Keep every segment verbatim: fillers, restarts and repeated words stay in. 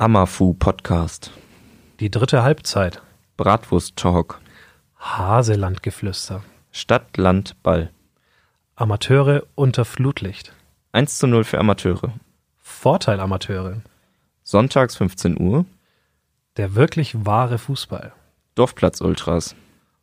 Amafu-Podcast. Die dritte Halbzeit. Bratwurst-Talk. Haselandgeflüster. Stadt, Land, Ball. Amateure unter Flutlicht. eins zu null für Amateure. Vorteil Amateure. Sonntags fünfzehn Uhr. Der wirklich wahre Fußball. Dorfplatz-Ultras.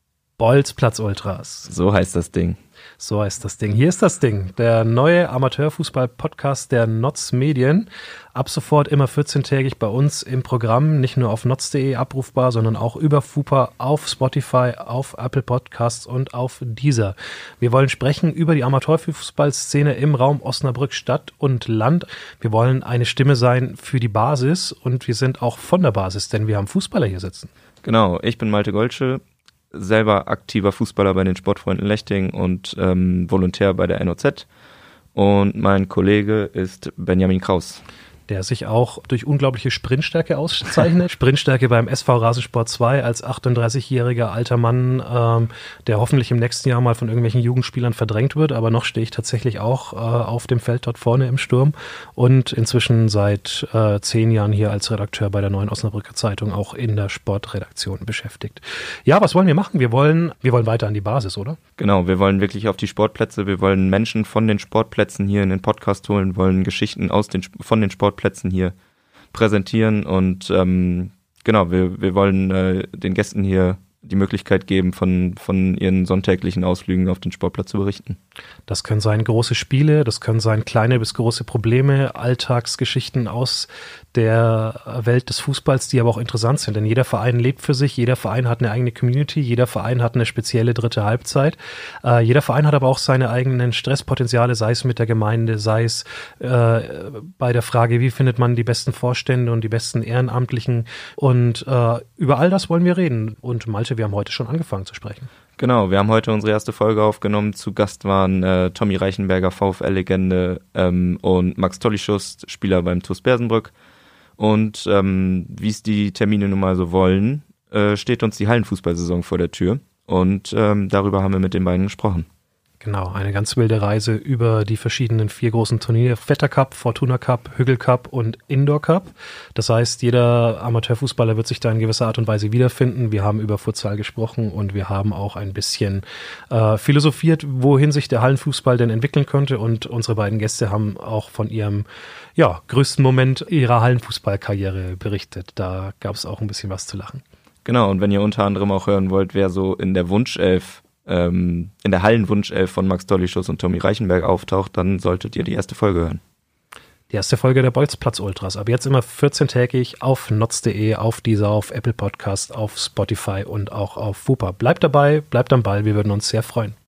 Bolzplatz-Ultras. So heißt das Ding. So heißt das Ding. Hier ist das Ding. Der neue Amateurfußball-Podcast der N O Z Medien. Ab sofort immer vierzehntägig bei uns im Programm. Nicht nur auf noz punkt de abrufbar, sondern auch über FUPA, auf Spotify, auf Apple Podcasts und auf Deezer. Wir wollen sprechen über die Amateurfußballszene im Raum Osnabrück Stadt und Land. Wir wollen eine Stimme sein für die Basis und wir sind auch von der Basis, denn wir haben Fußballer hier sitzen. Genau, ich bin Malte Golsche, selber aktiver Fußballer bei den Sportfreunden Lechting und ähm, Volontär bei der N O Z. Und mein Kollege ist Benjamin Kraus. Der sich auch durch unglaubliche Sprintstärke auszeichnet. Sprintstärke beim S V Rasensport zwei als achtunddreißigjähriger alter Mann, ähm, der hoffentlich im nächsten Jahr mal von irgendwelchen Jugendspielern verdrängt wird. Aber noch stehe ich tatsächlich auch äh, auf dem Feld dort vorne im Sturm und inzwischen seit äh, zehn Jahren hier als Redakteur bei der Neuen Osnabrücker Zeitung auch in der Sportredaktion beschäftigt. Ja, was wollen wir machen? Wir wollen, wir wollen weiter an die Basis, oder? Genau, wir wollen wirklich auf die Sportplätze. Wir wollen Menschen von den Sportplätzen hier in den Podcast holen, wollen Geschichten aus den, von den Sportplätzen Plätzen hier präsentieren und ähm, genau, wir, wir wollen äh, den Gästen hier die Möglichkeit geben, von, von ihren sonntäglichen Ausflügen auf den Sportplatz zu berichten. Das können sein große Spiele, das können sein kleine bis große Probleme, Alltagsgeschichten aus der Welt des Fußballs, die aber auch interessant sind, denn jeder Verein lebt für sich, jeder Verein hat eine eigene Community, jeder Verein hat eine spezielle dritte Halbzeit, äh, jeder Verein hat aber auch seine eigenen Stresspotenziale, sei es mit der Gemeinde, sei es äh, bei der Frage, wie findet man die besten Vorstände und die besten Ehrenamtlichen und äh, über all das wollen wir reden und Malte, wir haben heute schon angefangen zu sprechen. Genau, wir haben heute unsere erste Folge aufgenommen. Zu Gast waren äh, Tommy Reichenberger, VfL-Legende ähm, und Max Tollischus, Spieler beim TuS Bersenbrück. Und ähm, wie es die Termine nun mal so wollen, äh, steht uns die Hallenfußballsaison vor der Tür. Und ähm, darüber haben wir mit den beiden gesprochen. Genau, eine ganz wilde Reise über die verschiedenen vier großen Turniere, Vetter Cup, Fortuna Cup, Hügel Cup und Indoor Cup. Das heißt, jeder Amateurfußballer wird sich da in gewisser Art und Weise wiederfinden. Wir haben über Futsal gesprochen und wir haben auch ein bisschen äh, philosophiert, wohin sich der Hallenfußball denn entwickeln könnte. Und unsere beiden Gäste haben auch von ihrem ja, größten Moment ihrer Hallenfußballkarriere berichtet. Da gab es auch ein bisschen was zu lachen. Genau, und wenn ihr unter anderem auch hören wollt, wer so in der Wunschelf in der Hallenwunschelf von Max Tollischus und Tommy Reichenberg auftaucht, dann solltet ihr die erste Folge hören. Die erste Folge der Bolzplatz-Ultras. Aber jetzt immer vierzehntägig auf noz punkt de, auf Deezer, auf Apple Podcast, auf Spotify und auch auf FUPA. Bleibt dabei, bleibt am Ball, wir würden uns sehr freuen.